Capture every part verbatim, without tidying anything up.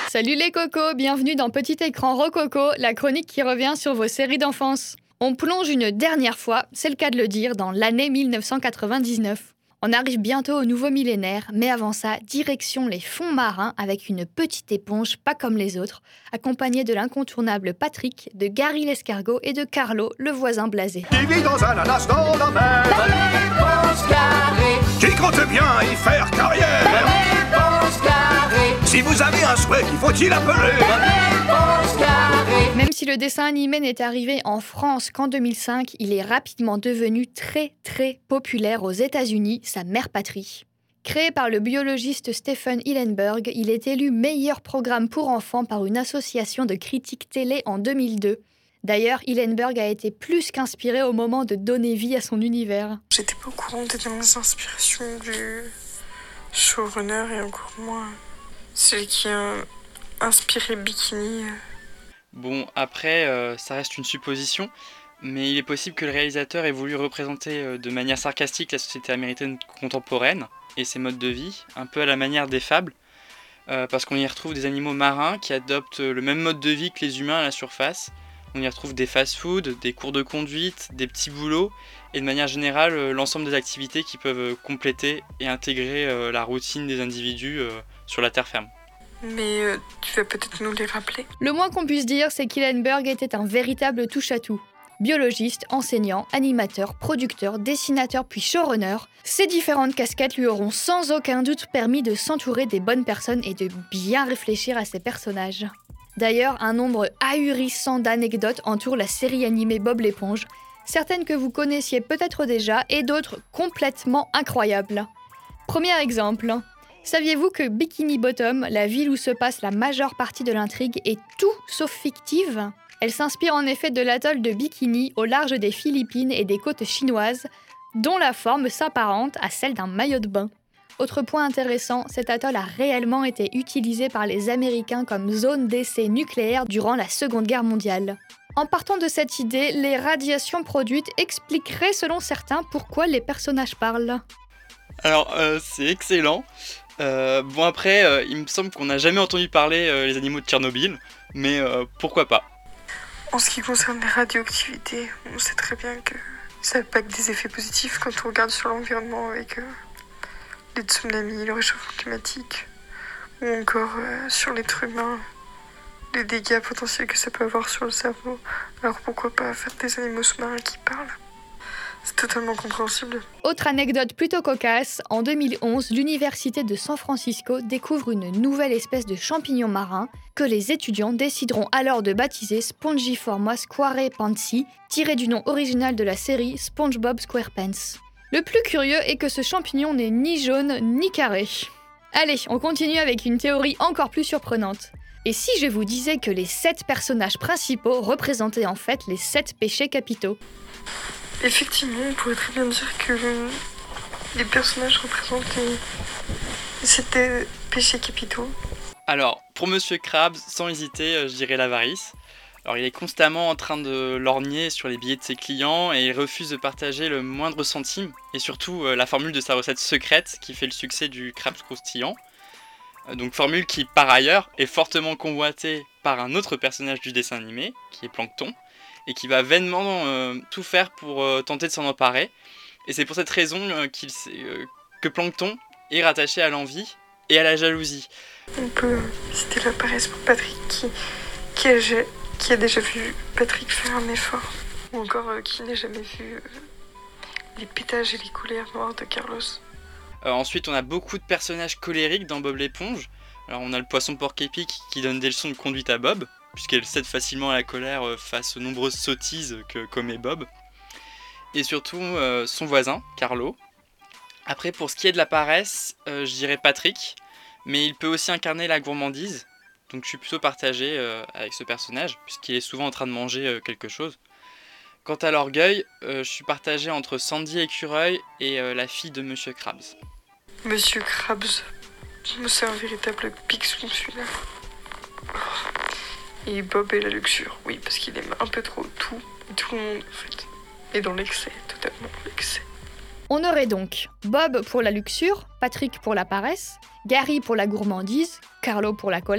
Salut les cocos, bienvenue dans Petit Écran Rococo, la chronique qui revient sur vos séries d'enfance. On plonge une dernière fois, c'est le cas de le dire, dans l'année dix-neuf cent quatre-vingt-dix-neuf. On arrive bientôt au nouveau millénaire, mais avant ça, direction les fonds marins avec une petite éponge pas comme les autres, accompagnée de l'incontournable Patrick, de Gary l'escargot et de Carlo, le voisin blasé. Qui vit dans un ananas dans la mer. L'éponge carrée. Qui compte bien y faire carrière. L'éponge carrée. Si vous avez un souhait, qu'il faut-il appeler. L'éponge carrée. Même si le dessin animé n'est arrivé en France qu'en deux mille cinq, il est rapidement devenu très très populaire aux États-Unis, sa mère patrie. Créé par le biologiste Stephen Hillenburg, il est élu meilleur programme pour enfants par une association de critiques télé en deux mille deux. D'ailleurs, Hillenburg a été plus qu'inspiré au moment de donner vie à son univers. J'étais pas au courant des dernières inspirations du showrunner et encore moins celui qui a inspiré Bikini. Bon, après, euh, ça reste une supposition, mais il est possible que le réalisateur ait voulu représenter euh, de manière sarcastique la société américaine contemporaine et ses modes de vie, un peu à la manière des fables, euh, parce qu'on y retrouve des animaux marins qui adoptent le même mode de vie que les humains à la surface. On y retrouve des fast-foods, des cours de conduite, des petits boulots, et de manière générale, euh, l'ensemble des activités qui peuvent euh, compléter et intégrer euh, la routine des individus euh, sur la terre ferme. Mais euh, tu vas peut-être nous les rappeler. Le moins qu'on puisse dire, c'est qu'Hillenburg était un véritable touche-à-tout. Biologiste, enseignant, animateur, producteur, dessinateur puis showrunner, ces différentes casquettes lui auront sans aucun doute permis de s'entourer des bonnes personnes et de bien réfléchir à ses personnages. D'ailleurs, un nombre ahurissant d'anecdotes entoure la série animée Bob l'éponge, certaines que vous connaissiez peut-être déjà et d'autres complètement incroyables. Premier exemple. Saviez-vous que Bikini Bottom, la ville où se passe la majeure partie de l'intrigue, est tout sauf fictive ? Elle s'inspire en effet de l'atoll de Bikini au large des Philippines et des côtes chinoises, dont la forme s'apparente à celle d'un maillot de bain. Autre point intéressant, cet atoll a réellement été utilisé par les Américains comme zone d'essai nucléaire durant la Seconde Guerre mondiale. En partant de cette idée, les radiations produites expliqueraient selon certains pourquoi les personnages parlent. Alors, euh, c'est excellent. Euh, bon après, euh, il me semble qu'on n'a jamais entendu parler euh, les animaux de Tchernobyl, mais euh, pourquoi pas. En ce qui concerne les radioactivités, on sait très bien que ça n'a pas que des effets positifs quand on regarde sur l'environnement avec euh, les tsunamis, le réchauffement climatique, ou encore euh, sur l'être humain, les dégâts potentiels que ça peut avoir sur le cerveau. Alors pourquoi pas faire des animaux sous-marins qui parlent ? C'est totalement compréhensible. Autre anecdote plutôt cocasse, en deux mille onze, l'université de San Francisco découvre une nouvelle espèce de champignon marin que les étudiants décideront alors de baptiser Spongiforma squarepansi, tiré du nom original de la série SpongeBob SquarePants. Le plus curieux est que ce champignon n'est ni jaune ni carré. Allez, on continue avec une théorie encore plus surprenante. Et si je vous disais que les sept personnages principaux représentaient en fait les sept péchés capitaux ? Effectivement, on pourrait très bien dire que euh, les personnages représentent les sept euh, péchés capitaux. Alors, pour Monsieur Krabs, sans hésiter, euh, je dirais l'avarice. Alors, il est constamment en train de lorgner sur les billets de ses clients et il refuse de partager le moindre centime. Et surtout, euh, la formule de sa recette secrète qui fait le succès du Krabs croustillant. Euh, donc, formule qui, par ailleurs, est fortement convoitée par un autre personnage du dessin animé, qui est Plankton, et qui va vainement euh, tout faire pour euh, tenter de s'en emparer. Et c'est pour cette raison euh, qu'il sait, euh, que Plankton est rattaché à l'envie et à la jalousie. On peut citer la paresse pour Patrick qui, qui, a, qui a déjà vu Patrick faire un effort. Ou encore euh, qui n'a jamais vu euh, les pétages et les colères noires de Carlos. Euh, ensuite, on a beaucoup de personnages colériques dans Bob l'éponge. Alors on a le poisson porc-épic qui donne des leçons de conduite à Bob, puisqu'elle cède facilement à la colère face aux nombreuses sottises que commet Bob. Et surtout euh, son voisin, Carlo. Après, pour ce qui est de la paresse, euh, je dirais Patrick, mais il peut aussi incarner la gourmandise, donc je suis plutôt partagé euh, avec ce personnage, puisqu'il est souvent en train de manger euh, quelque chose. Quant à l'orgueil, euh, je suis partagé entre Sandy Écureuil et euh, la fille de Monsieur Krabs. Monsieur Krabs, c'est un véritable pixon celui-là. Et Bob est la luxure, oui, parce qu'il aime un peu trop tout, tout le monde en fait. Et dans l'excès, totalement dans l'excès. On aurait donc Bob pour la luxure, Patrick pour la paresse, Gary pour la gourmandise, Carlo pour la colère,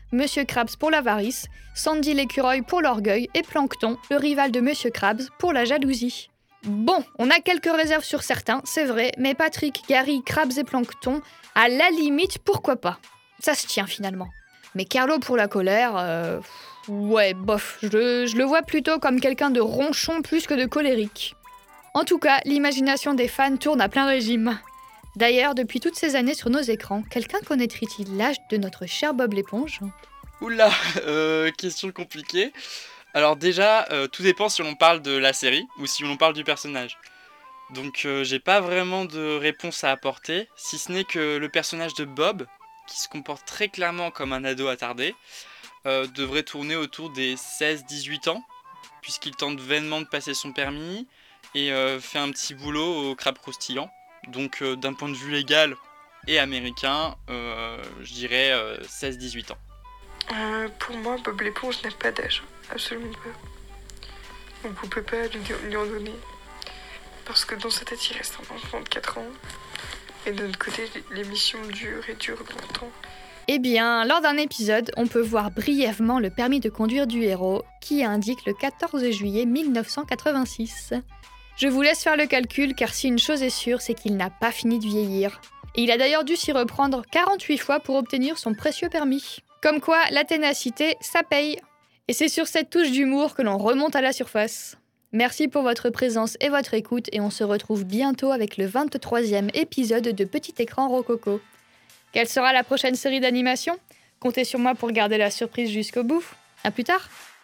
Monsieur Krabs pour l'avarice, Sandy l'écureuil pour l'orgueil et Plankton, le rival de Monsieur Krabs, pour la jalousie. Bon, on a quelques réserves sur certains, c'est vrai, mais Patrick, Gary, Krabs et Plankton, à la limite, pourquoi pas. Ça se tient finalement. Mais Carlo pour la colère, euh, ouais, bof, je, je le vois plutôt comme quelqu'un de ronchon plus que de colérique. En tout cas, l'imagination des fans tourne à plein régime. D'ailleurs, depuis toutes ces années sur nos écrans, quelqu'un connaîtrait-il l'âge de notre cher Bob l'éponge ? Oula, euh, question compliquée. Alors déjà, euh, tout dépend si l'on parle de la série ou si l'on parle du personnage. Donc euh, j'ai pas vraiment de réponse à apporter, si ce n'est que le personnage de Bob, qui se comporte très clairement comme un ado attardé, euh, devrait tourner autour des seize dix-huit ans, puisqu'il tente vainement de passer son permis et euh, fait un petit boulot au crabe croustillant. Donc euh, d'un point de vue légal et américain, euh, je dirais euh, seize dix-huit ans. Euh, pour moi, Bob l'éponge n'a pas d'âge, absolument pas. Donc on peut pas lui, lui en donner. Parce que dans sa tête, il reste un enfant de quatre ans. Et de l'autre côté, l'émission dure et dure longtemps. Eh bien, lors d'un épisode, on peut voir brièvement le permis de conduire du héros, qui indique le quatorze juillet mille neuf cent quatre-vingt-six. Je vous laisse faire le calcul, car si une chose est sûre, c'est qu'il n'a pas fini de vieillir. Et il a d'ailleurs dû s'y reprendre quarante-huit fois pour obtenir son précieux permis. Comme quoi, la ténacité, ça paye. Et c'est sur cette touche d'humour que l'on remonte à la surface. Merci pour votre présence et votre écoute, et on se retrouve bientôt avec le vingt-troisième épisode de Petit Écran Rococo. Quelle sera la prochaine série d'animation ? Comptez sur moi pour garder la surprise jusqu'au bout. À plus tard.